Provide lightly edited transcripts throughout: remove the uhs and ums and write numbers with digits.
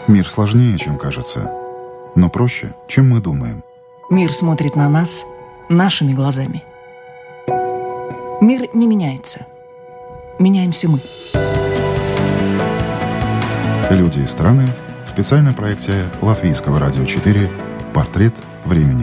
Мир сложнее, чем кажется, но проще, чем мы думаем. Мир смотрит на нас нашими глазами. Мир не меняется. Меняемся мы. Люди и страны. Специальная проекция Латвийского радио 4 «Портрет времени».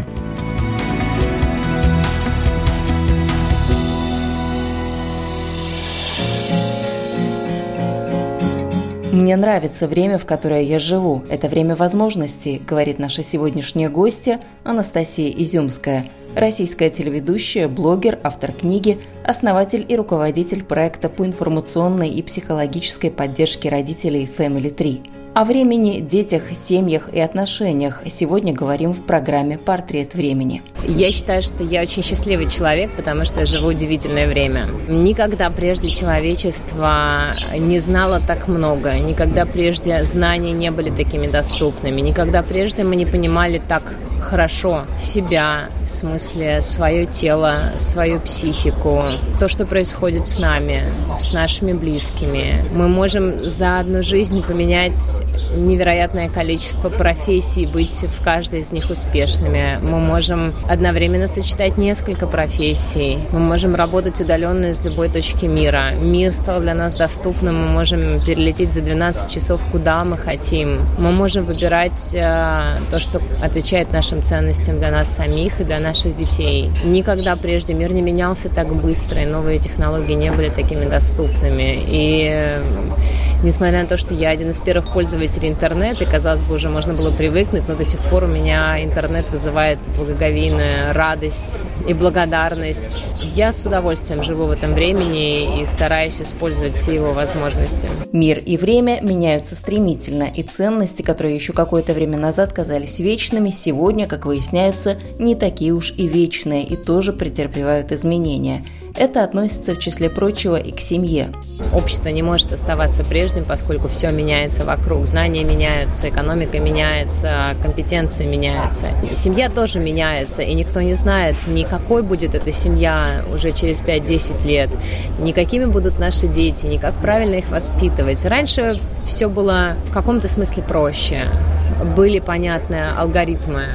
Мне нравится время, в которое я живу. Это время возможностей, говорит наша сегодняшняя гостья Анастасия Изюмская, российская телеведущая, блогер, автор книги, основатель и руководитель проекта по информационной и психологической поддержке родителей Family Tree. О времени, детях, семьях и отношениях сегодня говорим в программе «Портрет времени». Я считаю, что я очень счастливый человек, потому что я живу удивительное время. Никогда прежде человечество не знало так много, никогда прежде знания не были такими доступными, никогда прежде мы не понимали так хорошо себя, в смысле свое тело, свою психику, то, что происходит с нами, с нашими близкими. Мы можем за одну жизнь поменять невероятное количество профессий, быть в каждой из них успешными. Мы можем одновременно сочетать несколько профессий. Мы можем работать удаленно из любой точки мира. Мир стал для нас доступным. Мы можем перелететь за 12 часов, куда мы хотим. Мы можем выбирать то, что отвечает нашим ценностям для нас самих и для наших детей. Никогда прежде мир не менялся так быстро, и новые технологии не были такими доступными. И несмотря на то, что я один из первых пользователей интернета, и, казалось бы, уже можно было привыкнуть, но до сих пор у меня интернет вызывает благоговейную радость и благодарность. Я с удовольствием живу в этом времени и стараюсь использовать все его возможности. Мир и время меняются стремительно, и ценности, которые еще какое-то время назад казались вечными, сегодня, как выясняется, не такие уж и вечные и тоже претерпевают изменения. Это относится, в числе прочего, и к семье. Общество не может оставаться прежним, поскольку все меняется вокруг. Знания меняются, экономика меняется, компетенции меняются. Семья тоже меняется, и никто не знает, ни какой будет эта семья уже через 5-10 лет, ни какими будут наши дети, ни как правильно их воспитывать. Раньше все было в каком-то смысле проще. Были понятны алгоритмы.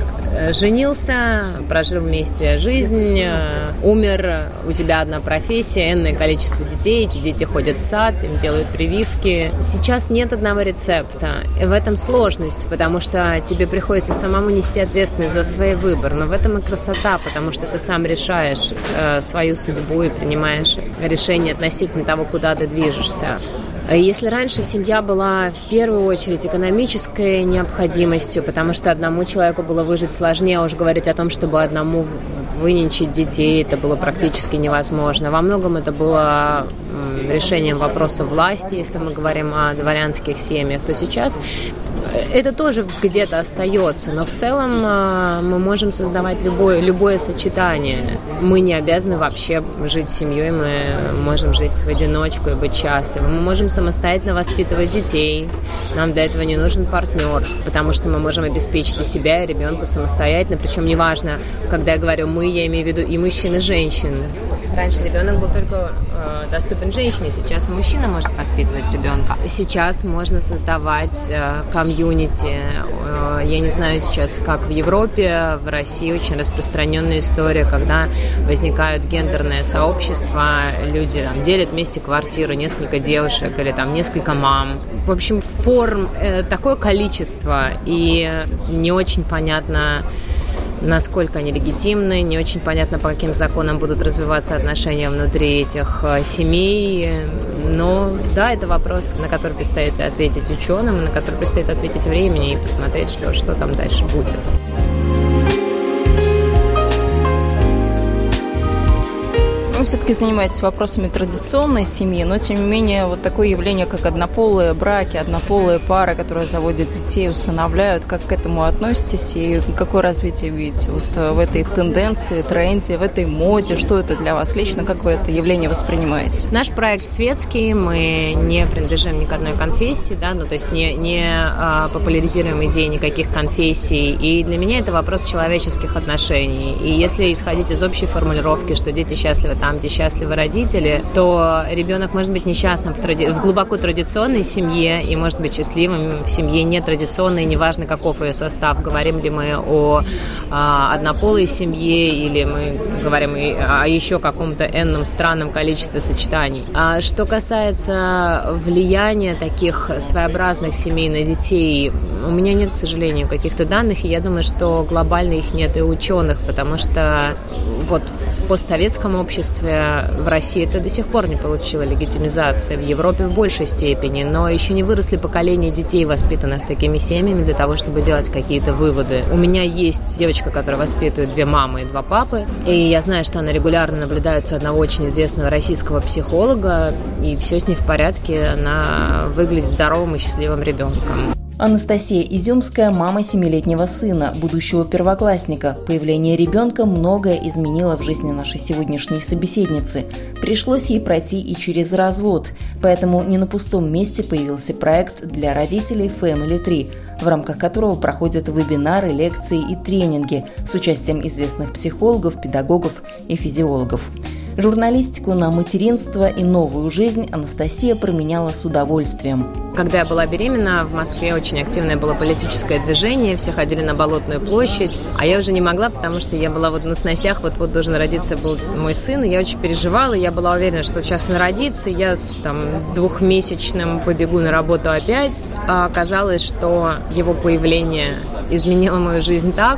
Женился, прожил вместе жизнь, умер, у тебя одна профессия, энное количество детей, эти дети ходят в сад, им делают прививки. Сейчас нет одного рецепта, и в этом сложность, потому что тебе приходится самому нести ответственность за свой выбор, но в этом и красота, потому что ты сам решаешь свою судьбу и принимаешь решение относительно того, куда ты движешься. Если раньше семья была в первую очередь экономической необходимостью, потому что одному человеку было выжить сложнее, а уж говорить о том, чтобы одному выненчить детей, это было практически невозможно. Во многом это было решением вопроса власти, если мы говорим о дворянских семьях, то сейчас это тоже где-то остается, но в целом мы можем создавать любое сочетание. Мы не обязаны вообще жить с семьей, мы можем жить в одиночку и быть счастливы. Мы можем самостоятельно воспитывать детей. Нам для этого не нужен партнер, потому что мы можем обеспечить и себя, и ребенка самостоятельно. Причем неважно, когда я говорю «мы», я имею в виду и мужчин, и женщин. Раньше ребенок был только доступен женщине, сейчас и мужчина может воспитывать ребенка. Сейчас можно создавать комьюнити. Я не знаю сейчас, как в Европе, в России очень распространенная история, когда возникают гендерные сообщества, люди там делят вместе квартиру, несколько девушек или там несколько мам. В общем, форм такое количество, и не очень понятно, насколько они легитимны, не очень понятно, по каким законам будут развиваться отношения внутри этих семей. Но да, это вопрос, на который предстоит ответить ученым, на который предстоит ответить времени и посмотреть, что там дальше будет. Вы все-таки занимаетесь вопросами традиционной семьи, но тем не менее вот такое явление, как однополые браки, однополые пары, которые заводят детей, усыновляют, как к этому относитесь и какое развитие видите вот в этой тенденции, тренде, в этой моде? Что это для вас лично, как вы это явление воспринимаете? Наш проект светский, мы не принадлежим ни к одной конфессии, да, ну то есть не популяризируем идеи никаких конфессий, и для меня это вопрос человеческих отношений. И если исходить из общей формулировки, что дети счастливы там, там, где счастливы родители, то ребенок может быть несчастным в глубоко традиционной семье и может быть счастливым в семье нетрадиционной, неважно, каков ее состав. Говорим ли мы о однополой семье или мы говорим о еще каком-то энном странном количестве сочетаний. А что касается влияния таких своеобразных семей на детей, у меня нет, к сожалению, каких-то данных, и я думаю, что глобально их нет и у ученых, потому что вот в постсоветском обществе в России это до сих пор не получило легитимизации, в Европе в большей степени, но еще не выросли поколения детей, воспитанных такими семьями, для того, чтобы делать какие-то выводы. У меня есть девочка, которая воспитывает 2 мамы и 2 папы, и я знаю, что она регулярно наблюдается у одного очень известного российского психолога, и все с ней в порядке, она выглядит здоровым и счастливым ребенком. Анастасия Изюмская – мама 7-летнего сына, будущего первоклассника. Появление ребенка многое изменило в жизни нашей сегодняшней собеседницы. Пришлось ей пройти и через развод, поэтому не на пустом месте появился проект для родителей Family 3, в рамках которого проходят вебинары, лекции и тренинги с участием известных психологов, педагогов и физиологов. Журналистику на материнство и новую жизнь Анастасия променяла с удовольствием. Когда я была беременна, в Москве очень активное было политическое движение, все ходили на Болотную площадь, а я уже не могла, потому что я была вот на сносях, вот должен родиться был мой сын, и я очень переживала, я была уверена, что сейчас он родится, я с 2-месячным побегу на работу опять, а оказалось, что его появление изменило мою жизнь так,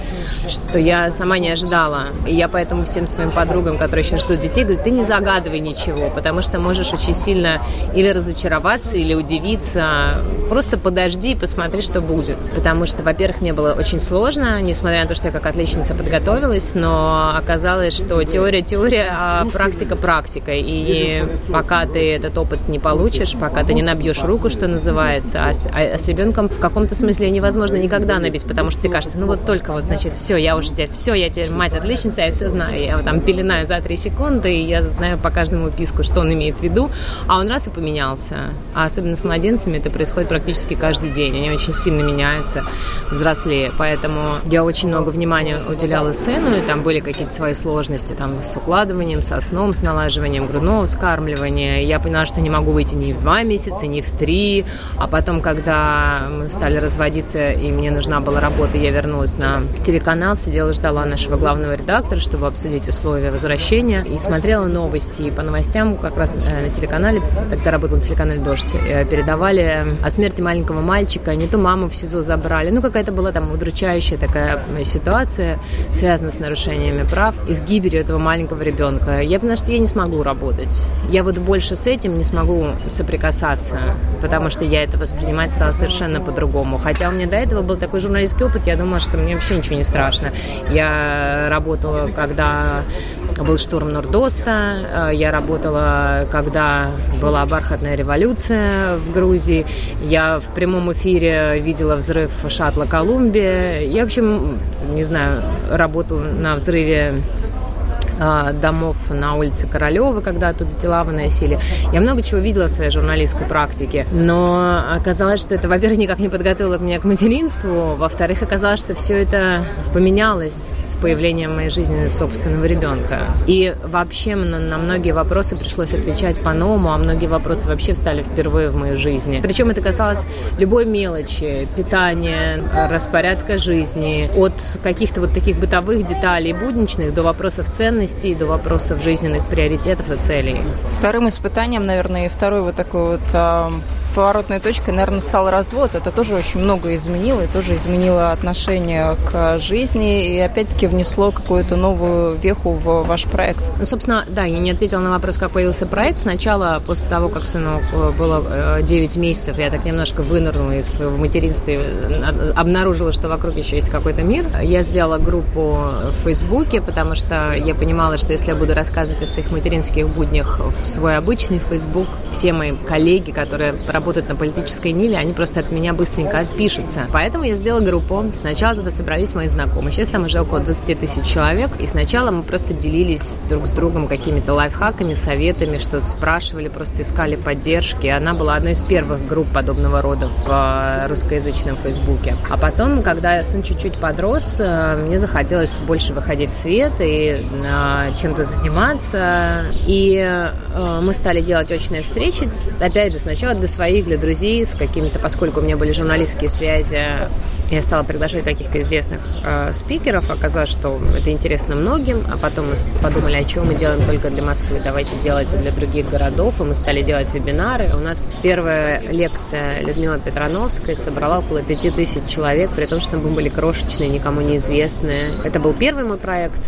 что я сама не ожидала. И я поэтому всем своим подругам, которые еще ждут детей, говорю, ты не загадывай ничего, потому что можешь очень сильно или разочароваться, или удивиться. Просто подожди и посмотри, что будет. Потому что, во-первых, мне было очень сложно, несмотря на то, что я как отличница подготовилась, но оказалось, что теория, а практика. И пока ты этот опыт не получишь, пока ты не набьешь руку, что называется, а с ребенком в каком-то смысле невозможно никогда набить, потому что тебе кажется, значит, все, я теперь мать-отличница, я все знаю. Я его там пеленаю за 3 секунды, и я знаю по каждому писку, что он имеет в виду. А он раз и поменялся. А особенно с младенцами это происходит практически каждый день. Они очень сильно меняются, взрослее. Поэтому я очень много внимания уделяла сыну, и там были какие-то свои сложности там, с укладыванием, со сном, с налаживанием грудного вскармливания. Я поняла, что не могу выйти ни в 2 месяца, ни в 3. А потом, когда мы стали разводиться, и мне нужна была работа, я вернулась на телеканал, сидела, ждала нашего главного редактора, чтобы обсудить условия возвращения, и смотрела новости. И по новостям как раз на телеканале, тогда работал на телеканале «Дождь», передавали о смерти маленького мальчика, не то маму в СИЗО забрали. Какая-то была там удручающая такая ситуация, связанная с нарушениями прав и с гибелью этого маленького ребенка. Я поняла, что я не смогу работать. Я больше с этим не смогу соприкасаться, потому что я это воспринимать стала совершенно по-другому. Хотя у меня до этого был такой журналистский опыт, я думала, что мне вообще ничего не страшно. Я работала, когда был штурм Нордоста, я работала, когда была бархатная революция в Грузии, я в прямом эфире видела взрыв шаттла «Колумбия», я, в общем, не знаю, работала на взрыве домов на улице Королева, когда оттуда тела выносили. Я много чего видела в своей журналистской практике, но оказалось, что это, во-первых, никак не подготовило меня к материнству, во-вторых, оказалось, что все это поменялось с появлением в моей жизни собственного ребенка. И вообще на многие вопросы пришлось отвечать по-новому, а многие вопросы вообще встали впервые в мою жизнь. Причем это касалось любой мелочи, питания, распорядка жизни, от каких-то таких бытовых деталей будничных до вопросов ценностей, до вопросов жизненных приоритетов и целей. Вторым испытанием, наверное, и второй такой поворотной точкой, наверное, стал развод. Это тоже очень много изменило, и тоже изменило отношение к жизни, и опять-таки внесло какую-то новую веху в ваш проект. Собственно, да, я не ответила на вопрос, как появился проект. Сначала, после того, как сыну было 9 месяцев, я так немножко вынырнула из своего материнства и обнаружила, что вокруг еще есть какой-то мир. Я сделала группу в Фейсбуке, потому что я понимала, что если я буду рассказывать о своих материнских буднях в свой обычный Фейсбук, все мои коллеги, которые работают работают на политической ниве, они просто от меня быстренько отпишутся. Поэтому я сделала группу. Сначала туда собрались мои знакомые. Сейчас там уже около 20 тысяч человек. И сначала мы просто делились друг с другом какими-то лайфхаками, советами, что-то спрашивали, просто искали поддержки. Она была одной из первых групп подобного рода в русскоязычном Фейсбуке. А потом, когда сын чуть-чуть подрос, мне захотелось больше выходить в свет и чем-то заниматься. И мы стали делать очные встречи. Опять же, сначала для своих, для друзей, с какими-то, поскольку у меня были журналистские связи, я стала приглашать каких-то известных спикеров. Оказалось, что это интересно многим. А потом мы подумали, а чего мы делаем только для Москвы, давайте делать и для других городов. И мы стали делать вебинары. У нас первая лекция Людмилы Петрановской собрала около 5000 человек, при том, что мы были крошечные, никому неизвестные. Это был первый мой проект.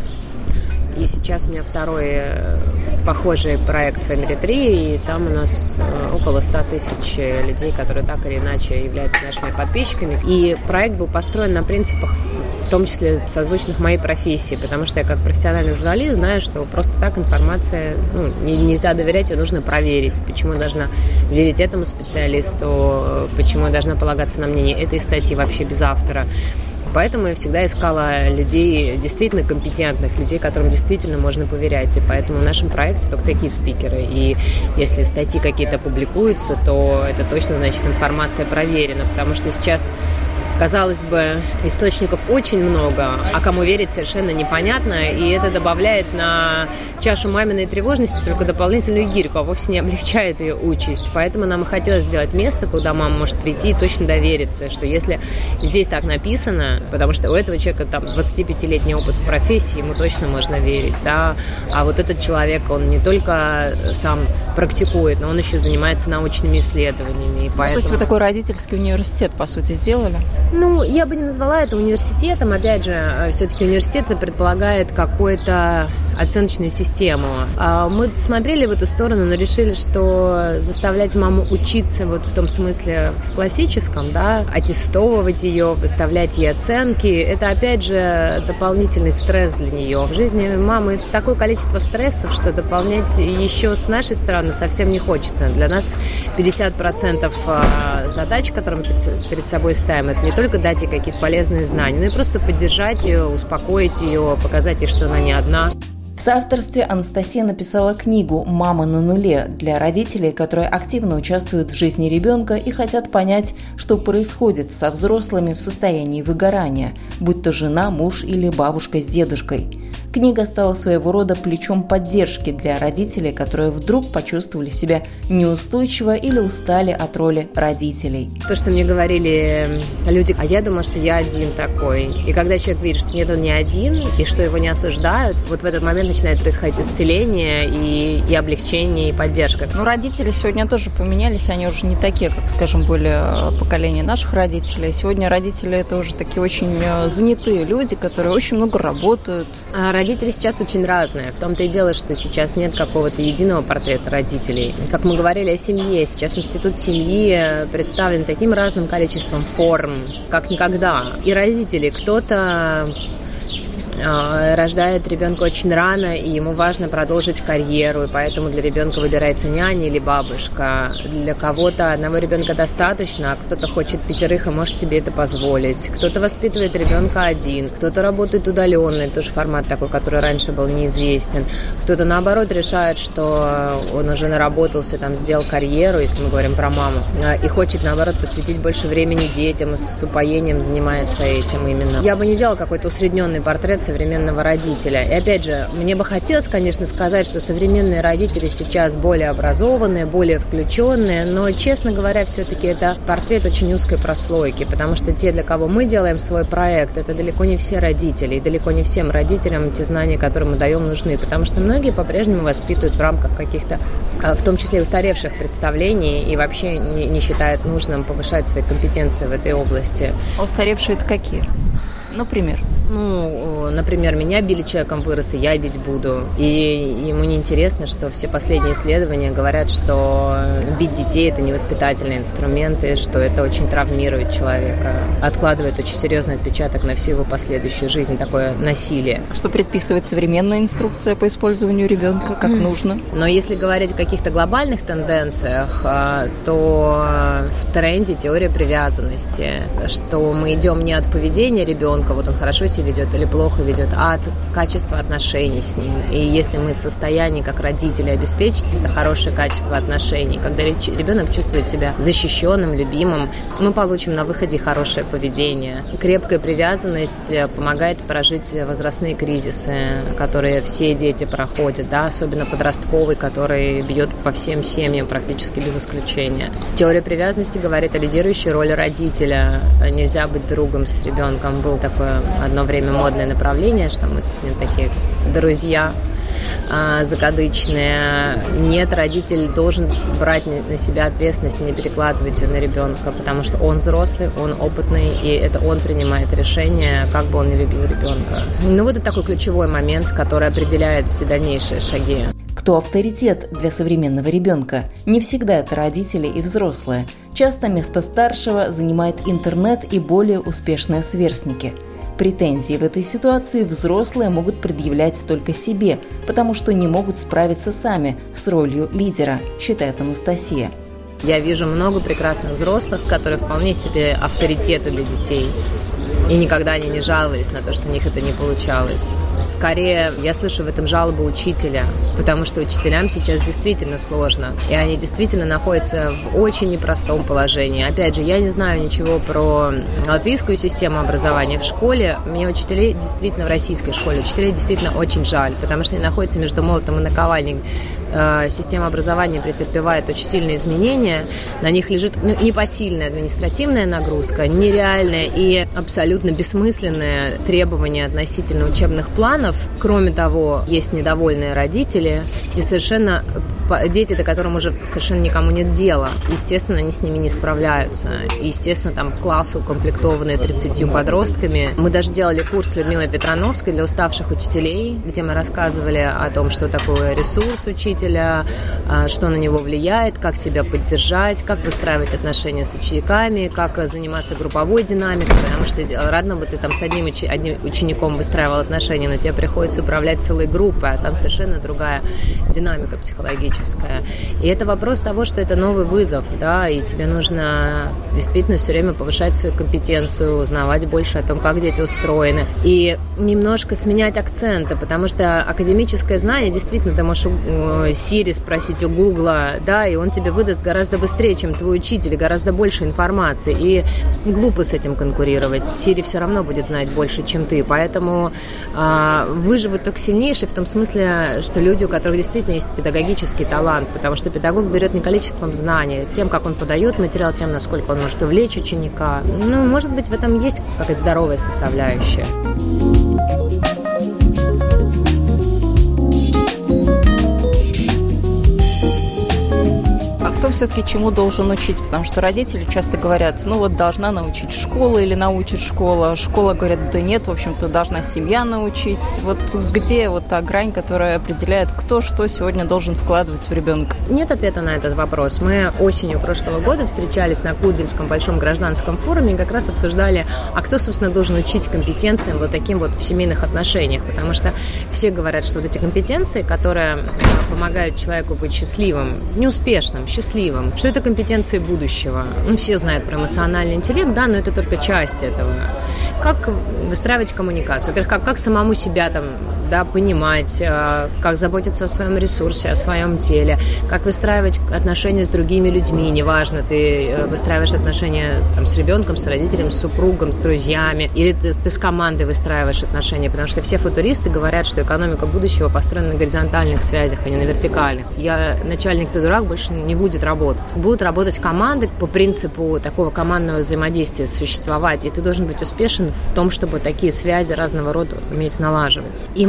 И сейчас у меня второй похожий проект Family 3, и там у нас около 100 тысяч людей, которые так или иначе являются нашими подписчиками. И проект был построен на принципах, в том числе созвучных моей профессии, потому что я как профессиональный журналист знаю, что просто так информация нельзя доверять, ее нужно проверить. Почему я должна верить этому специалисту, почему я должна полагаться на мнение этой статьи вообще без автора. Поэтому я всегда искала людей действительно компетентных, людей, которым действительно можно поверять. И поэтому в нашем проекте только такие спикеры. И если статьи какие-то публикуются, то это точно значит информация проверена. Потому что сейчас, казалось бы, источников очень много, а кому верить совершенно непонятно. И это добавляет на чашу маминой тревожности только дополнительную гирьку, а вовсе не облегчает ее участь. Поэтому нам и хотелось сделать место, куда мама может прийти и точно довериться, что если здесь так написано, потому что у этого человека там 25-летний опыт в профессии, ему точно можно верить, да. А вот этот человек, он не только сам практикует, но он еще занимается научными исследованиями. И поэтому... То есть вы такой родительский университет, по сути, сделали? Ну, я бы не назвала это университетом. Опять же, все-таки университет предполагает какую-то оценочную систему. Мы смотрели в эту сторону, но решили, что заставлять маму учиться вот в том смысле в классическом, да, аттестовывать ее, выставлять ей оценки, это, опять же, дополнительный стресс для нее. В жизни мамы такое количество стрессов, что дополнять еще с нашей стороны совсем не хочется. Для нас 50% задач, которые мы перед собой ставим, это не только дать ей какие-то полезные знания, но и просто поддержать ее, успокоить ее, показать ей, что она не одна. В соавторстве Анастасия написала книгу «Мама на нуле» для родителей, которые активно участвуют в жизни ребенка и хотят понять, что происходит со взрослыми в состоянии выгорания, будь то жена, муж или бабушка с дедушкой. Книга стала своего рода плечом поддержки для родителей, которые вдруг почувствовали себя неустойчиво или устали от роли родителей. То, что мне говорили люди, а я думала, что я один такой. И когда человек видит, что нет, он не один, и что его не осуждают, вот в этот момент начинает происходить исцеление и облегчение, и поддержка. Ну, родители сегодня тоже поменялись, они уже не такие, как, скажем, были поколения наших родителей. Сегодня родители – это уже такие очень занятые люди, которые очень много работают. Родители сейчас очень разные. В том-то и дело, что сейчас нет какого-то единого портрета родителей. Как мы говорили о семье, сейчас институт семьи представлен таким разным количеством форм, как никогда. И родители, кто-то рождает ребенка очень рано, и ему важно продолжить карьеру, и поэтому для ребенка выбирается няня или бабушка. Для кого-то одного ребенка достаточно, а кто-то хочет 5 и может себе это позволить. Кто-то воспитывает ребенка один, кто-то работает удаленно, тоже формат такой, который раньше был неизвестен. Кто-то, наоборот, решает, что он уже наработался, там, сделал карьеру, если мы говорим про маму, и хочет, наоборот, посвятить больше времени детям, и с упоением занимается этим именно. Я бы не делала какой-то усредненный портрет современного родителя. И опять же, мне бы хотелось, конечно, сказать, что современные родители сейчас более образованные, более включенные, но, честно говоря, все-таки это портрет очень узкой прослойки, потому что те, для кого мы делаем свой проект, это далеко не все родители, и далеко не всем родителям те знания, которые мы даем, нужны, потому что многие по-прежнему воспитывают в рамках каких-то, в том числе устаревших представлений, и вообще не считают нужным повышать свои компетенции в этой области. А устаревшие это какие? Например? Например, меня били, человеком вырос, и я бить буду. И ему не интересно, что все последние исследования говорят, что бить детей – это невоспитательные инструменты, что это очень травмирует человека, откладывает очень серьезный отпечаток на всю его последующую жизнь, такое насилие. Что предписывает современная инструкция по использованию ребенка, как нужно? Но если говорить о каких-то глобальных тенденциях, то в тренде теория привязанности, что мы идем не от поведения ребенка, вот он хорошо себя ведет или плохо ведет, а от качества отношений с ним. И если мы в состоянии, как родители, обеспечить это хорошее качество отношений, когда ребенок чувствует себя защищенным, любимым, мы получим на выходе хорошее поведение. Крепкая привязанность помогает прожить возрастные кризисы, которые все дети проходят, да, особенно подростковый, который бьет по всем семьям практически без исключения. Теория привязанности говорит о лидирующей роли родителя. Нельзя быть другом с ребенком. Было такое одно время модное направление, что мы с ним такие друзья закадычные. Нет, родитель должен брать на себя ответственность и не перекладывать ее на ребенка, потому что он взрослый, он опытный, и это он принимает решение, как бы он ни любил ребенка. Вот это такой ключевой момент, который определяет все дальнейшие шаги. Кто авторитет для современного ребенка? Не всегда это родители и взрослые. Часто место старшего занимает интернет и более успешные сверстники. Претензии в этой ситуации взрослые могут предъявлять только себе, потому что не могут справиться сами с ролью лидера, считает Анастасия. Я вижу много прекрасных взрослых, которые вполне себе авторитеты для детей. И никогда они не жаловались на то, что у них это не получалось. Скорее, я слышу в этом жалобу учителя, потому что учителям сейчас действительно сложно. И они действительно находятся в очень непростом положении. Опять же, я не знаю ничего про латвийскую систему образования в школе. Мне учителей действительно в российской школе, учителей действительно очень жаль, потому что они находятся между молотом и наковальней. Система образования претерпевает очень сильные изменения. На них лежит непосильная административная нагрузка, нереальная и абсолютно бессмысленные требования относительно учебных планов. Кроме того, есть недовольные родители и совершенно дети, до которых уже совершенно никому нет дела. Естественно, они с ними не справляются. И, естественно, там классы укомплектованные 30 подростками. Мы даже делали курс с Людмилой Петрановской для уставших учителей, где мы рассказывали о том, что такое ресурс учителя, что на него влияет, как себя поддержать, как выстраивать отношения с учениками, как заниматься групповой динамикой, потому что радно бы ты там с одним учеником выстраивал отношения, но тебе приходится управлять целой группой, а там совершенно другая динамика психологическая. И это вопрос того, что это новый вызов, да, и тебе нужно действительно все время повышать свою компетенцию, узнавать больше о том, как дети устроены, и немножко сменять акценты, потому что академическое знание, действительно, ты можешь у Siri спросить, у Гугла, да, и он тебе выдаст гораздо быстрее, чем твой учитель, гораздо больше информации, и глупо с этим конкурировать. Siri все равно будет знать больше, чем ты, поэтому выживут только сильнейшие в том смысле, что люди, у которых действительно есть педагогический талант, потому что педагог берет не количеством знаний, тем, как он подает материал, тем, насколько он может увлечь ученика. Может быть, в этом есть какая-то здоровая составляющая. Кто все-таки чему должен учить? Потому что родители часто говорят, должна научить школа или научит школа. Школа говорит, да нет, в общем-то, должна семья научить. Где та грань, которая определяет, кто что сегодня должен вкладывать в ребенка? Нет ответа на этот вопрос. Мы осенью прошлого года встречались на Кудвинском большом гражданском форуме и как раз обсуждали, а кто, собственно, должен учить компетенциям таким в семейных отношениях. Потому что все говорят, что эти компетенции, которые помогают человеку быть счастливым, неуспешным, счастливым, что это компетенции будущего. Все знают про эмоциональный интеллект, да, но это только часть этого. Как выстраивать коммуникацию, во-первых, как самому себя понимать, как заботиться о своем ресурсе, о своем теле, как выстраивать отношения с другими людьми, неважно, ты выстраиваешь отношения с ребенком, с родителем, с супругом, с друзьями, или ты с командой выстраиваешь отношения, потому что все футуристы говорят, что экономика будущего построена на горизонтальных связях, а не на вертикальных. Начальник, ты дурак, больше не будет работать. Будут работать команды по принципу такого командного взаимодействия существовать, и ты должен быть успешен в том, чтобы такие связи разного рода уметь налаживать. И мы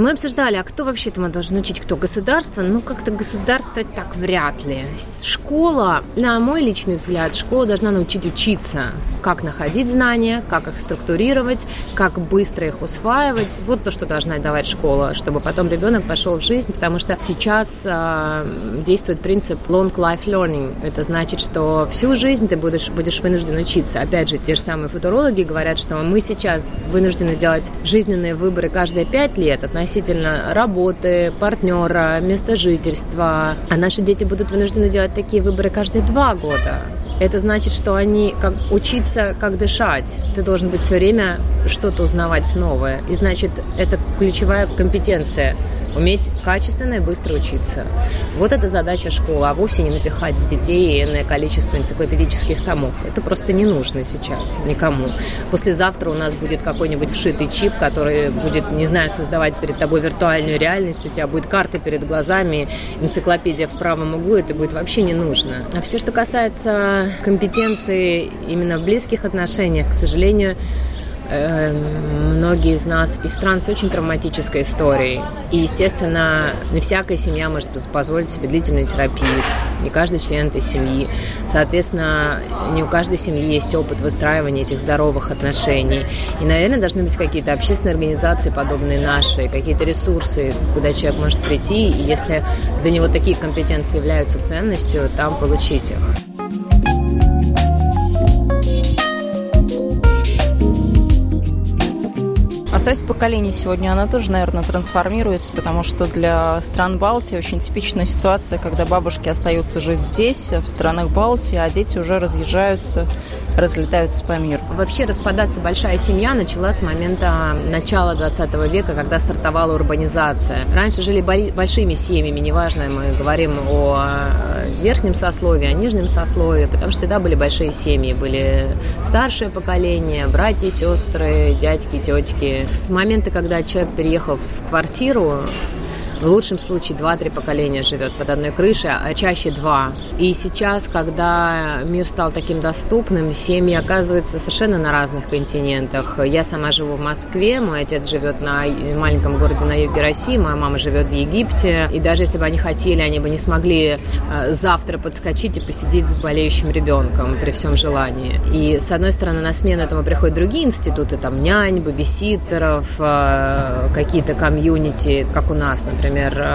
Мы обсуждали, а кто вообще-то должен учить, кто государство? Как-то государство так вряд ли. Школа, на мой личный взгляд, школа должна научить учиться, как находить знания, как их структурировать, как быстро их усваивать. Вот то, что должна давать школа, чтобы потом ребенок пошел в жизнь, потому что сейчас действует принцип long life learning. Это значит, что всю жизнь ты будешь вынужден учиться. Опять же, те же самые футурологи говорят, что мы сейчас вынуждены делать жизненные выборы каждые 5 лет относительно работы, партнера, места жительства. А наши дети будут вынуждены делать такие выборы каждые 2 года. Это значит, что они учиться, как дышать. Ты должен быть все время что-то узнавать новое. И значит, это ключевая компетенция. Уметь качественно и быстро учиться. Вот это задача школы, а вовсе не напихать в детей энное количество энциклопедических томов. Это просто не нужно сейчас никому. Послезавтра у нас будет какой-нибудь вшитый чип, который будет, не знаю, создавать перед тобой виртуальную реальность, у тебя будет карта перед глазами, энциклопедия в правом углу, это будет вообще не нужно. А все, что касается компетенции именно в близких отношениях, к сожалению, многие из нас из стран с очень травматической историей. И, естественно, не всякая семья может позволить себе длительную терапию. Не каждый член этой семьи. Соответственно, не у каждой семьи есть опыт выстраивания этих здоровых отношений. И, наверное, должны быть какие-то общественные организации, подобные нашей, какие-то ресурсы, куда человек может прийти. И если для него такие компетенции являются ценностью, там получить их. А связь поколений сегодня, она тоже, наверное, трансформируется, потому что для стран Балтии очень типичная ситуация, когда бабушки остаются жить здесь, в странах Балтии, а дети уже разлетаются по миру. Вообще распадаться большая семья начала с момента начала 20 века, когда стартовала урбанизация. Раньше жили большими семьями, неважно, мы говорим о верхнем сословии, о нижнем сословии, потому что всегда были большие семьи, были старшее поколение, братья, сестры, дядьки, тетки. С момента, когда человек переехал в квартиру, в лучшем случае 2-3 поколения живет под одной крышей, а чаще 2. И сейчас, когда мир стал таким доступным, семьи оказываются совершенно на разных континентах. Я сама живу в Москве, мой отец живет на маленьком городе на юге России, моя мама живет в Египте. И даже если бы они хотели, они бы не смогли завтра подскочить и посидеть с болеющим ребенком при всем желании. И, с одной стороны, на смену этому приходят другие институты, там нянь, бэбиситеров, какие-то комьюнити, как у нас, например,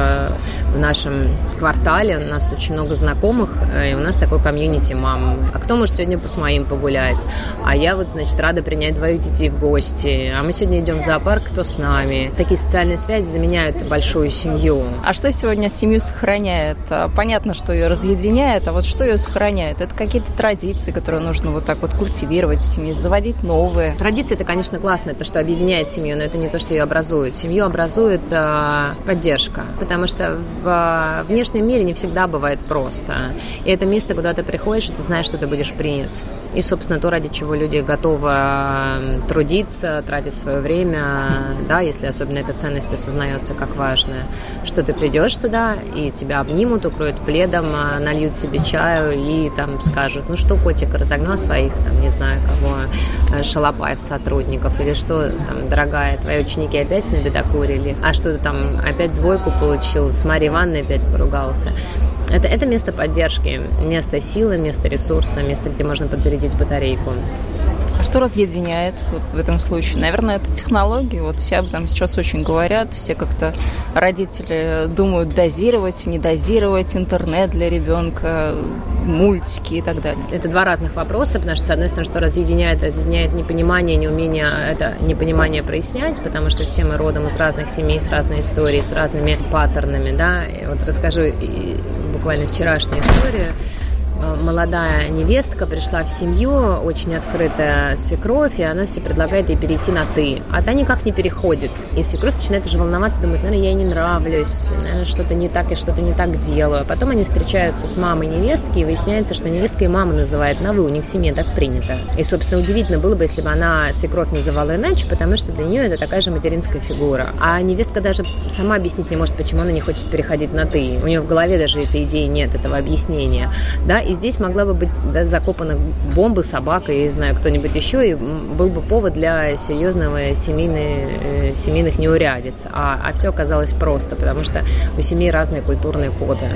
в нашем квартале у нас очень много знакомых, и у нас такой комьюнити мам. А кто может сегодня с моим погулять? А я рада принять 2 детей в гости. А мы сегодня идем в зоопарк, кто с нами? Такие социальные связи заменяют большую семью. А что сегодня семью сохраняет? Понятно, что ее разъединяет, а вот что ее сохраняет? Это какие-то традиции, которые нужно вот так вот культивировать в семье, заводить новые. Традиции, это, конечно, классно, это что объединяет семью, но это не то, что ее образует. Семью образует поддержка. Потому что в внешнем мире не всегда бывает просто. И это место, куда ты приходишь, и ты знаешь, что ты будешь принят. И, собственно, то, ради чего люди готовы трудиться, тратить свое время, да, если особенно эта ценность осознается как важная, что ты придешь туда, и тебя обнимут, укроют пледом, нальют тебе чаю и там скажут: ну что, котик, разогнал своих, там, не знаю кого, шалопаев сотрудников, или что, там, дорогая, твои ученики опять набедокурили, а что ты там опять 2 получил, с Марьей Ивановной опять поругался. Это место поддержки, место силы, место ресурса, место, где можно подзарядить батарейку. А что разъединяет вот в этом случае? Наверное, это технологии. Вот все об этом сейчас очень говорят. Все как-то родители думают дозировать, не дозировать интернет для ребенка, мультики и так далее. Это 2 разных вопроса, потому что, с одной стороны, что разъединяет непонимание, неумение, это непонимание прояснять, потому что все мы родом из разных семей, с разной историей, с разными паттернами, да. И вот расскажу буквально вчерашнюю историю. Молодая невестка пришла в семью, очень открытая свекровь, и она все предлагает ей перейти на «ты». А та никак не переходит. И свекровь начинает уже волноваться, думает: наверное, я ей не нравлюсь, наверное, что-то не так, и что-то не так делаю. Потом они встречаются с мамой невестки, и выясняется, что невестка и маму называет на «вы», у них в семье так принято. И, собственно, удивительно было бы, если бы она свекровь называла иначе, потому что для нее это такая же материнская фигура. А невестка даже сама объяснить не может, почему она не хочет переходить на «ты». У нее в голове даже этой идеи нет, этого объяснения. Да? И и здесь могла бы быть закопана бомба, собака, я не знаю, кто-нибудь еще, и был бы повод для серьезного семейных неурядиц. А все оказалось просто, потому что у семей разные культурные коды.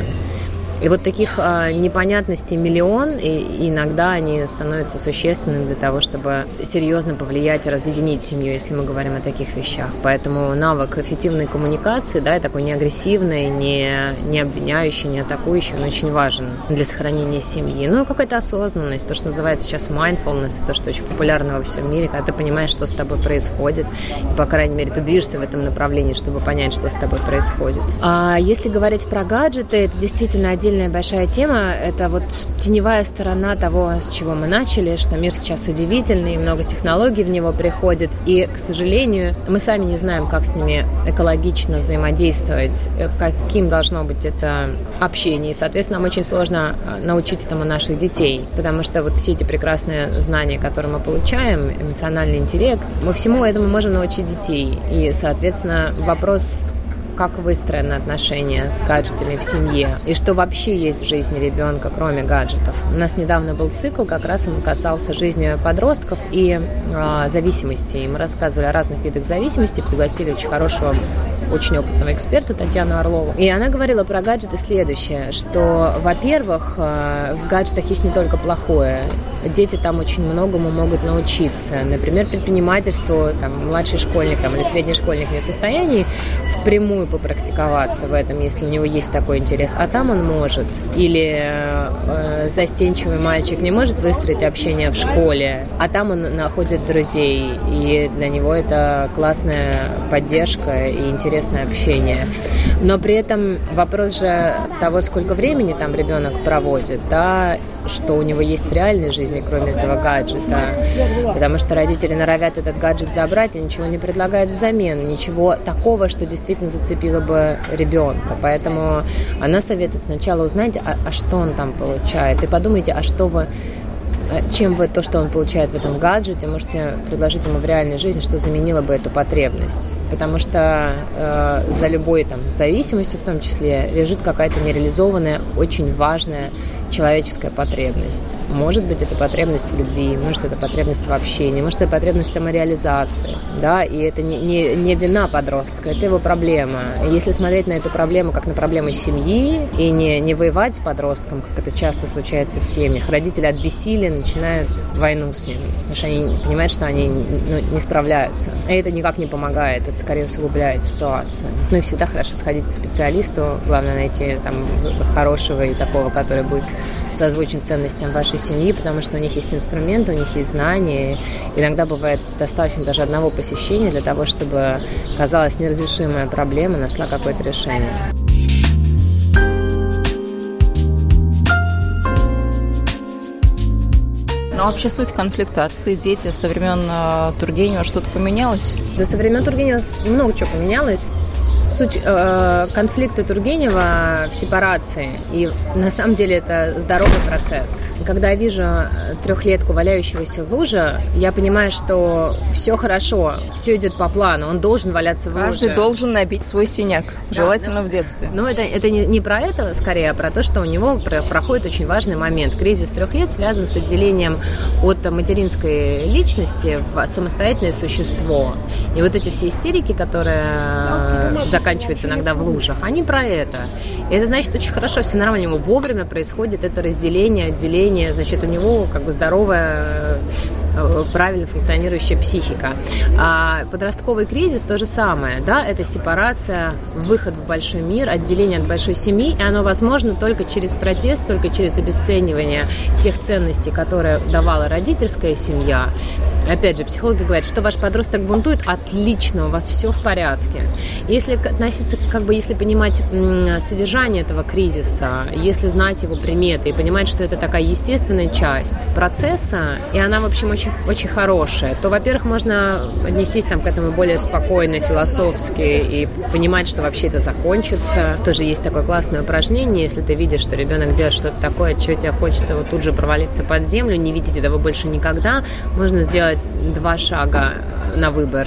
И вот таких непонятностей миллион, и иногда они становятся существенными для того, чтобы серьезно повлиять и разъединить семью, если мы говорим о таких вещах. Поэтому навык эффективной коммуникации, да, такой не агрессивный, не обвиняющий, не атакующий, он очень важен для сохранения семьи. Ну, какая-то осознанность, то, что называется сейчас mindfulness, то, что очень популярно во всем мире, когда ты понимаешь, что с тобой происходит, и, по крайней мере, ты движешься в этом направлении, чтобы понять, что с тобой происходит. А если говорить про гаджеты, это действительно отдельная большая тема. Это вот теневая сторона того, с чего мы начали, что мир сейчас удивительный, много технологий в него приходит, и, к сожалению, мы сами не знаем, как с ними экологично взаимодействовать, каким должно быть это общение. И, соответственно, нам очень сложно научить этому наших детей, потому что вот все эти прекрасные знания, которые мы получаем, эмоциональный интеллект, мы всему этому можем научить детей. И, соответственно, вопрос, как выстроены отношения с гаджетами в семье и что вообще есть в жизни ребенка, кроме гаджетов. У нас недавно был цикл, как раз он касался жизни подростков и зависимостей. Мы рассказывали о разных видах зависимости, пригласили очень хорошего, очень опытного эксперта Татьяну Орлову. И она говорила про гаджеты следующее, что, во-первых, в гаджетах есть не только плохое. Дети там очень многому могут научиться. Например, предпринимательству, там, младший школьник там, или средний школьник не в состоянии впрямую попрактиковаться в этом, если у него есть такой интерес, а там он может. Или застенчивый мальчик не может выстроить общение в школе, а там он находит друзей, и для него это классная поддержка и интересное общение. Но при этом вопрос же того, сколько времени там ребенок проводит, да, что у него есть в реальной жизни, кроме этого гаджета. Потому что родители норовят этот гаджет забрать и ничего не предлагают взамен. Ничего такого, что действительно зацепило бы ребенка. Поэтому она советует сначала узнать, а что он там получает. И подумайте, чем вы то, что он получает в этом гаджете, можете предложить ему в реальной жизни, что заменило бы эту потребность. Потому что за любой там зависимостью в том числе лежит какая-то нереализованная, очень важная человеческая потребность. Может быть, это потребность в любви, может, это потребность в общении, может, это потребность в самореализации. Да? И это не вина подростка, это его проблема. И если смотреть на эту проблему как на проблему семьи и не воевать с подростком, как это часто случается в семьях, родители от бессилия начинают войну с ним, потому что они понимают, что они не справляются. И это никак не помогает, это скорее усугубляет ситуацию. Ну и всегда хорошо сходить к специалисту, главное найти там хорошего и такого, который будет созвучен ценностям вашей семьи, потому что у них есть инструменты, у них есть знания. Иногда бывает достаточно даже одного посещения для того, чтобы, казалось, неразрешимая проблема нашла какое-то решение. Но вообще суть конфликта отцы-дети со времен Тургенева что-то поменялось? Да, со времен Тургенева много чего поменялось. Суть конфликта Тургенева в сепарации. И на самом деле это здоровый процесс. Когда я вижу трехлетку, валяющегося в луже, я понимаю, что все хорошо, все идет по плану, он должен валяться в луже. Каждый должен набить свой синяк, желательно в детстве. Но это не про это, скорее, а про то, что у него проходит очень важный момент. Кризис 3 лет связан с отделением от материнской личности в самостоятельное существо. И вот эти все истерики, которые заканчиваются иногда в лужах, они про это. И это значит, очень хорошо, все нормально, у него вовремя происходит это разделение, отделение, значит, у него как бы здоровая, правильно функционирующая психика. А подростковый кризис то же самое, да, это сепарация, выход в большой мир, отделение от большой семьи, и оно возможно только через протест, только через обесценивание тех ценностей, которые давала родительская семья. Опять же, психологи говорят, что ваш подросток бунтует, отлично, у вас все в порядке. Если относиться, если понимать содержание этого кризиса, если знать его приметы и понимать, что это такая естественная часть процесса, и она, в общем, очень, очень хорошая, то, во-первых, можно отнестись к этому более спокойно, философски и понимать, что вообще это закончится. Тоже есть такое классное упражнение, если ты видишь, что ребенок делает что-то такое, от чего тебе хочется тут же провалиться под землю, не видеть этого больше никогда, можно сделать 2 шага на выбор.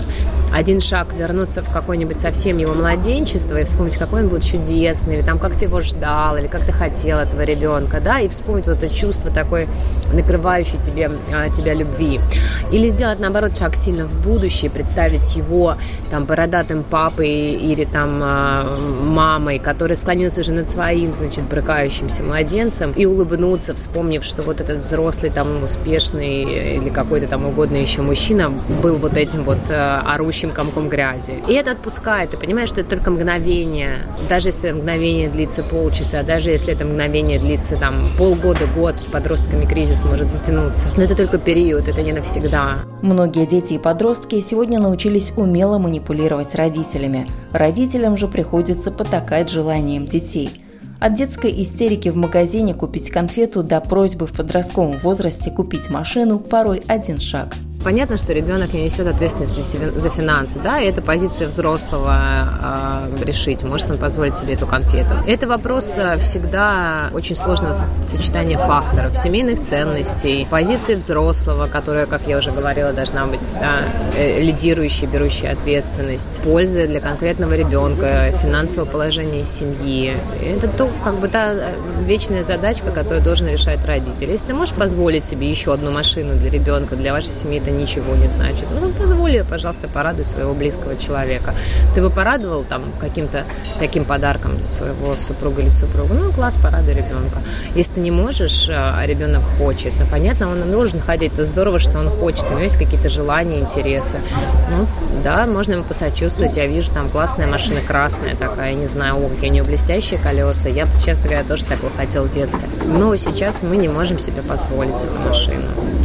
один шаг вернуться в какое-нибудь совсем его младенчество и вспомнить, какой он был чудесный, или там как ты его ждал, или как ты хотел этого ребенка, да, и вспомнить вот это чувство такой накрывающей тебя любви. Или сделать, наоборот, шаг сильно в будущее, представить его там бородатым папой или там мамой, который склонился уже над своим, значит, брыкающимся младенцем, и улыбнуться, вспомнив, что вот этот взрослый, там, успешный или какой-то там угодный еще мужчина был вот этим вот орущим комком грязи. И это отпускает. Ты понимаешь, что это только мгновение. Даже если это мгновение длится полчаса, даже если это мгновение длится там полгода, год, с подростками кризис может затянуться. Но это только период, это не навсегда. Многие дети и подростки сегодня научились умело манипулировать родителями. Родителям же приходится потакать желаниям детей. От детской истерики в магазине купить конфету до просьбы в подростковом возрасте купить машину порой один шаг. Понятно, что ребенок не несет ответственности за финансы, да, и это позиция взрослого решить, может он позволить себе эту конфету. Это вопрос всегда очень сложного сочетания факторов, семейных ценностей, позиции взрослого, которая, как я уже говорила, должна быть лидирующей, берущей ответственность, пользы для конкретного ребенка, финансового положения семьи. Это та вечная задачка, которую должен решать родитель. Если ты можешь позволить себе еще одну машину для ребенка, для вашей семьи, это ничего не значит. Позволь ее, пожалуйста, порадуй своего близкого человека. Ты бы порадовал там каким-то таким подарком своего супруга или супругу? Класс, порадуй ребенка. Если ты не можешь, а ребенок хочет, понятно, он должен ходить. Это здорово, что он хочет. У него есть какие-то желания, интересы. Да, можно ему посочувствовать. Я вижу, там классная машина, красная такая, не знаю, какие у нее блестящие колеса. Я, честно говоря, тоже такого хотела в детстве. Но сейчас мы не можем себе позволить эту машину.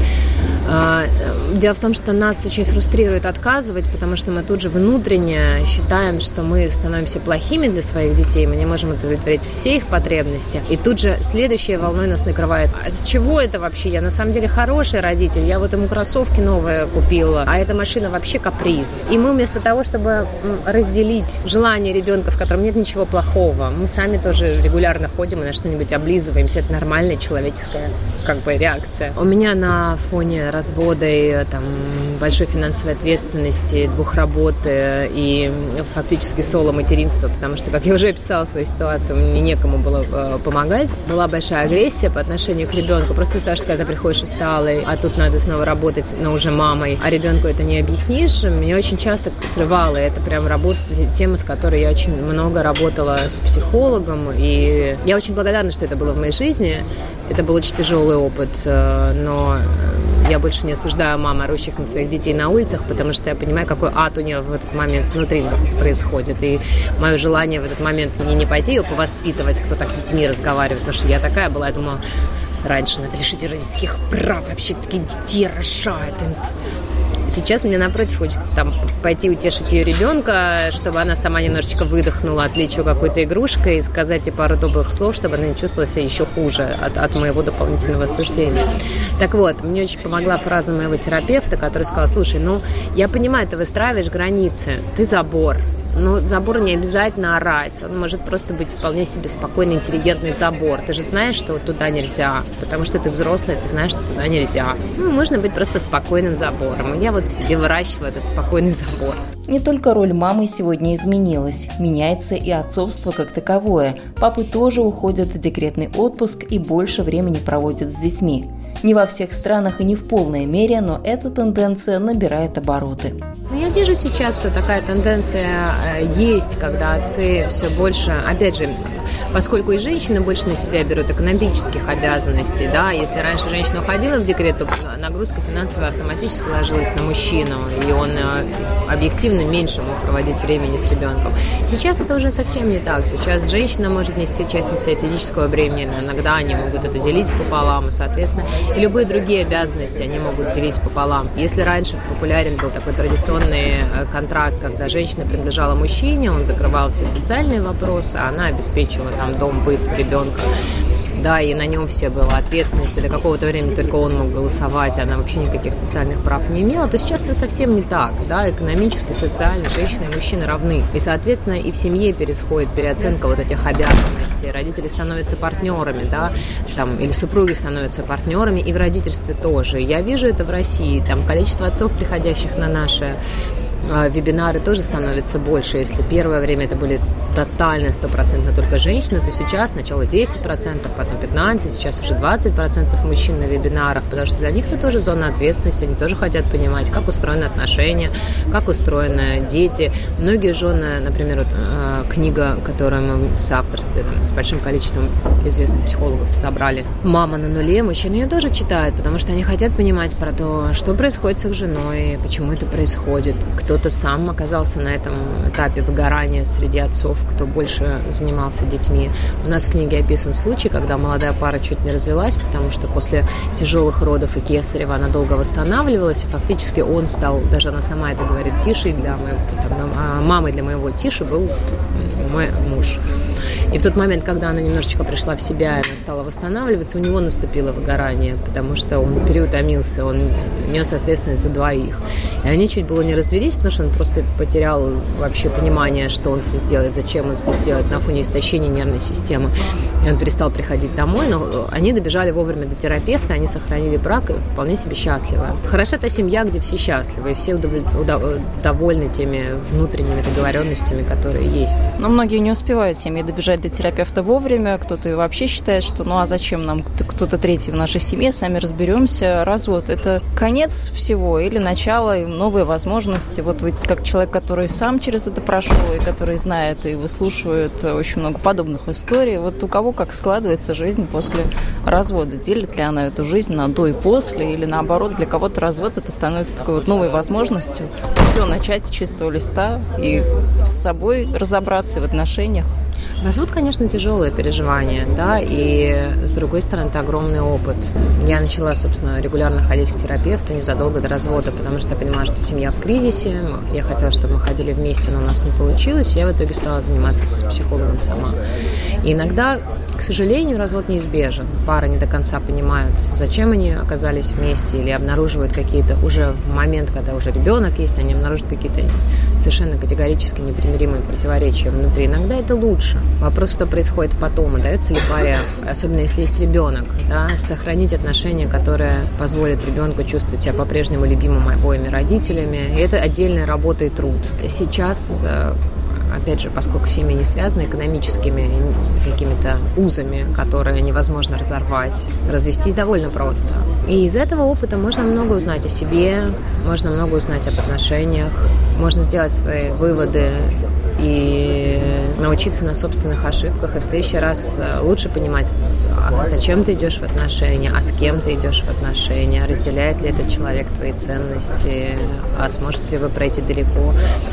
Дело в том, что нас очень фрустрирует отказывать, потому что мы тут же внутренне считаем, что мы становимся плохими для своих детей, мы не можем удовлетворить все их потребности. И тут же следующей волной нас накрывает. А с чего это вообще? Я на самом деле хороший родитель, я вот ему кроссовки новые купила, а эта машина вообще каприз. И мы вместо того, чтобы разделить желание ребенка, в котором нет ничего плохого, мы сами тоже регулярно ходим и на что-нибудь облизываемся. Это нормальная человеческая реакция. У меня на фоне развода и большой финансовой ответственности, 2 работ и фактически соло-материнства, потому что, как я уже описала свою ситуацию, мне некому было помогать. Была большая агрессия по отношению к ребенку. Просто потому что, когда приходишь усталый, а тут надо снова работать, но уже мамой, а ребенку это не объяснишь, меня очень часто срывало. Это прям тема, с которой я очень много работала с психологом, и я очень благодарна, что это было в моей жизни. Это был очень тяжелый опыт, но я больше не осуждаю мам, орущих на своих детей на улицах, потому что я понимаю, какой ад у нее в этот момент внутри происходит. И мое желание в этот момент не пойти ее повоспитывать, кто так с детьми разговаривает, потому что я такая была, я думала, раньше надо лишить родительских прав, вообще такие детей рожают. Сейчас мне, напротив, хочется пойти утешить ее ребенка, чтобы она сама немножечко выдохнула, отвлечь ее какой-то игрушкой и сказать ей пару добрых слов, чтобы она не чувствовала себя еще хуже от моего дополнительного осуждения. Так вот, мне очень помогла фраза моего терапевта, который сказал: слушай, я понимаю, ты выстраиваешь границы, ты забор. Но забор не обязательно орать. Он может просто быть вполне себе спокойный, интеллигентный забор. Ты же знаешь, что туда нельзя. Потому что ты взрослый, ты знаешь, что туда нельзя. Можно быть просто спокойным забором. И я в себе выращиваю этот спокойный забор. Не только роль мамы сегодня изменилась. Меняется и отцовство как таковое. Папы тоже уходят в декретный отпуск и больше времени проводят с детьми. Не во всех странах и не в полной мере, но эта тенденция набирает обороты. Я вижу сейчас, что такая тенденция есть, когда отцы все больше, опять же, поскольку и женщины больше на себя берут экономических обязанностей, да, если раньше женщина уходила в декрет, то нагрузка финансовая автоматически ложилась на мужчину, и он объективно меньше мог проводить времени с ребенком. Сейчас это уже совсем не так. Сейчас женщина может нести часть физического бремени, но иногда они могут это делить пополам, и, соответственно, и любые другие обязанности они могут делить пополам. Если раньше популярен был такой традиционный контракт, когда женщина принадлежала мужчине, он закрывал все социальные вопросы, а она обеспечивала дом, быт, ребенка. Да, и на нем все было ответственность, и до какого-то времени только он мог голосовать, она вообще никаких социальных прав не имела, то сейчас это совсем не так, да, экономически, социально женщины и мужчины равны, и, соответственно, и в семье происходит переоценка вот этих обязанностей, родители становятся партнерами, да, или супруги становятся партнерами, и в родительстве тоже. Я вижу это в России, количество отцов, приходящих на наши вебинары тоже становятся больше. Если первое время это были тотально 100% только женщины, то сейчас сначала 10%, потом 15%, сейчас уже 20% мужчин на вебинарах, потому что для них это тоже зона ответственности, они тоже хотят понимать, как устроены отношения, как устроены дети. Многие жены, например, вот, книга, которую мы в соавторстве с большим количеством известных психологов собрали, «Мама на нуле», мужчины ее тоже читают, потому что они хотят понимать про то, что происходит с их женой, почему это происходит. Кто-то сам оказался на этом этапе выгорания среди отцов, кто больше занимался детьми. У нас в книге описан случай, когда молодая пара чуть не развелась, потому что после тяжелых родов и кесарева она долго восстанавливалась, и фактически он стал, даже она сама это говорит, Тишей для моего, мамой для моего Тиши был мой муж. И в тот момент, когда она немножечко пришла в себя, и она стала восстанавливаться, у него наступило выгорание, потому что он переутомился, он нес ответственность за двоих. И они чуть было не развелись, потому что он просто потерял вообще понимание, что он здесь делает, зачем он здесь делает на фоне истощения нервной системы. И он перестал приходить домой, но они добежали вовремя до терапевта, они сохранили брак и вполне себе счастливы. Хороша та семья, где все счастливы, и все довольны теми внутренними договоренностями, которые есть. Но многие не успевают семьи добежать до терапевта вовремя, кто-то и вообще считает, что ну а зачем нам кто-то третий в нашей семье, сами разберемся. Развод – это конец всего или начало, и новые возможности. Вот вы как человек, который сам через это прошел, и который знает и выслушивает очень много подобных историй, вот у кого как складывается жизнь после развода? Делит ли она эту жизнь на до и после, или наоборот, для кого-то развод это становится такой вот новой возможностью все начать с чистого листа и с собой разобраться в отношениях? Развод, конечно, тяжелое переживание, да, и, с другой стороны, это огромный опыт. Я начала, собственно, регулярно ходить к терапевту незадолго до развода, потому что я понимала, что семья в кризисе, я хотела, чтобы мы ходили вместе, но у нас не получилось, и я в итоге стала заниматься с психологом сама. И иногда, к сожалению, развод неизбежен. Пары не до конца понимают, зачем они оказались вместе, или обнаруживают какие-то уже в момент, когда уже ребенок есть, они обнаруживают какие-то совершенно категорически непримиримые противоречия внутри. Иногда это лучше. Вопрос, что происходит потом, удается ли паре, особенно если есть ребенок, да, сохранить отношения, которые позволят ребенку чувствовать себя по-прежнему любимым обоими родителями. И это отдельная работа и труд. Сейчас, опять же, поскольку семьи не связаны экономическими какими-то узами, которые невозможно разорвать, развестись довольно просто. И из этого опыта можно много узнать о себе, можно много узнать об отношениях, можно сделать свои выводы и научиться на собственных ошибках, и в следующий раз лучше понимать, зачем ты идешь в отношения, а с кем ты идешь в отношения, разделяет ли этот человек твои ценности, а сможете ли вы пройти далеко,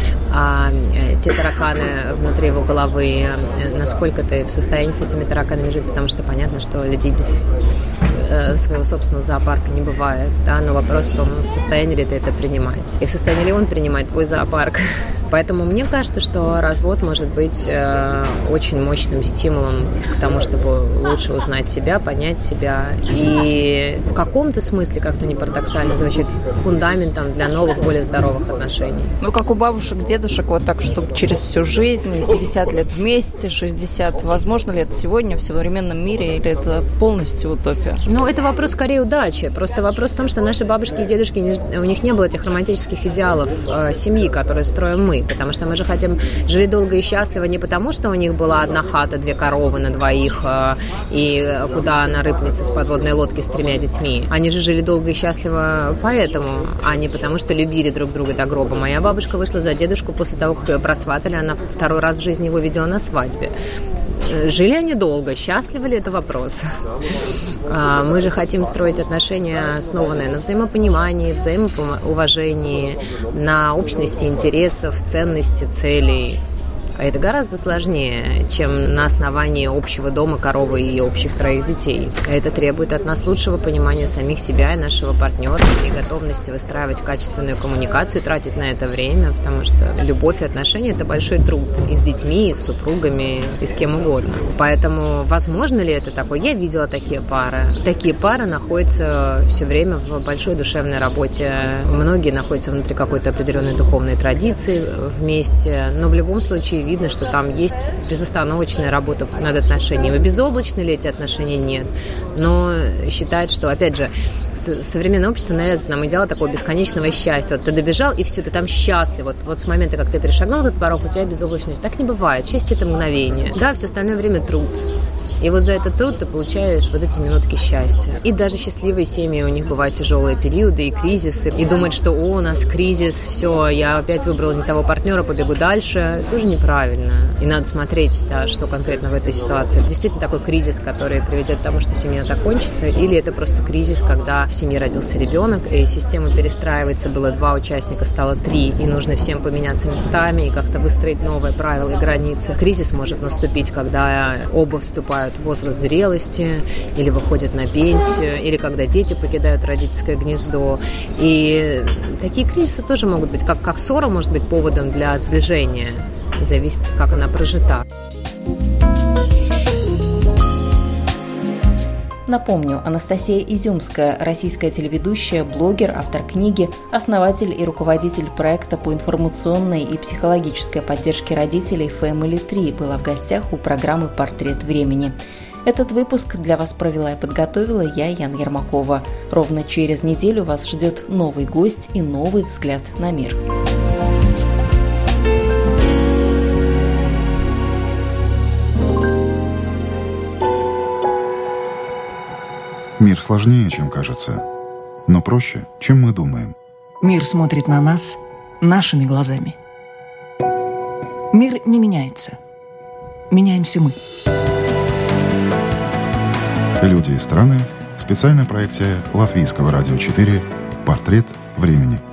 те тараканы внутри его головы, насколько ты в состоянии с этими тараканами жить, потому что понятно, что людей без своего собственного зоопарка не бывает, да, но вопрос в том, в состоянии ли ты это принимать, и в состоянии ли он принимать твой зоопарк. Поэтому мне кажется, что развод может быть очень мощным стимулом к тому, чтобы лучше узнать себя, понять себя. И в каком-то смысле, как-то не парадоксально звучит, фундаментом для новых, более здоровых отношений. Ну, как у бабушек, дедушек, вот так, чтобы через всю жизнь, 50 лет вместе, 60, возможно ли это сегодня в современном мире, или это полностью утопия? Ну, это вопрос скорее удачи. Просто вопрос в том, что наши бабушки и дедушки, у них не было этих романтических идеалов семьи, которые строим мы. Потому что мы же жили долго и счастливо не потому, что у них была одна хата, 2 коровы на двоих, и куда она рыпнется с подводной лодки с 3 детьми. Они же жили долго и счастливо поэтому, а не потому, что любили друг друга до гроба. Моя бабушка вышла за дедушку после того, как ее просватали, она 2-й раз в жизни его видела на свадьбе. Жили они долго, счастливы ли — это вопрос. Мы же хотим строить отношения, основанные на взаимопонимании, взаимоуважении, на общности интересов, ценности, целей. А это гораздо сложнее, чем на основании общего дома, коровы и общих 3 детей. Это требует от нас лучшего понимания самих себя и нашего партнера, и готовности выстраивать качественную коммуникацию, тратить на это время, потому что любовь и отношения – это большой труд. И с детьми, и с супругами, и с кем угодно. Поэтому возможно ли это такое? Я видела такие пары. Такие пары находятся все время в большой душевной работе. Многие находятся внутри какой-то определенной духовной традиции вместе, но в любом случае видно, что там есть безостановочная работа над отношениями. Безоблачны ли эти отношения? Нет. Но считает, что, опять же, современное общество навязывает нам идеал такого бесконечного счастья. Вот ты добежал, и все, ты там счастлив. Вот с момента, как ты перешагнул этот порог, у тебя безоблачность. Так не бывает. Счастье – это мгновение. Да, все остальное время труд. И вот за этот труд ты получаешь вот эти минутки счастья. И даже счастливые семьи, у них бывают тяжелые периоды и кризисы. И думать, что у нас кризис, все, я опять выбрала не того партнера, побегу дальше, тоже неправильно. И надо смотреть, да, что конкретно в этой ситуации. Действительно такой кризис, который приведет к тому, что семья закончится, или это просто кризис, когда в семье родился ребенок, и система перестраивается, было 2 участника, стало 3, и нужно всем поменяться местами и как-то выстроить новые правила и границы. Кризис может наступить, когда оба вступают в возраст зрелости, или выходят на пенсию, или когда дети покидают родительское гнездо. И такие кризисы тоже могут быть, как ссора может быть поводом для сближения. Зависит, как она прожита. Напомню, Анастасия Изюмская, российская телеведущая, блогер, автор книги, основатель и руководитель проекта по информационной и психологической поддержке родителей Family Tree, была в гостях у программы «Портрет времени». Этот выпуск для вас провела и подготовила я, Яна Ермакова. Ровно через неделю вас ждет новый гость и новый взгляд на мир. Мир сложнее, чем кажется, но проще, чем мы думаем. Мир смотрит на нас нашими глазами. Мир не меняется. Меняемся мы. Люди и страны. Специальная проекция Латвийского радио 4 «Портрет времени».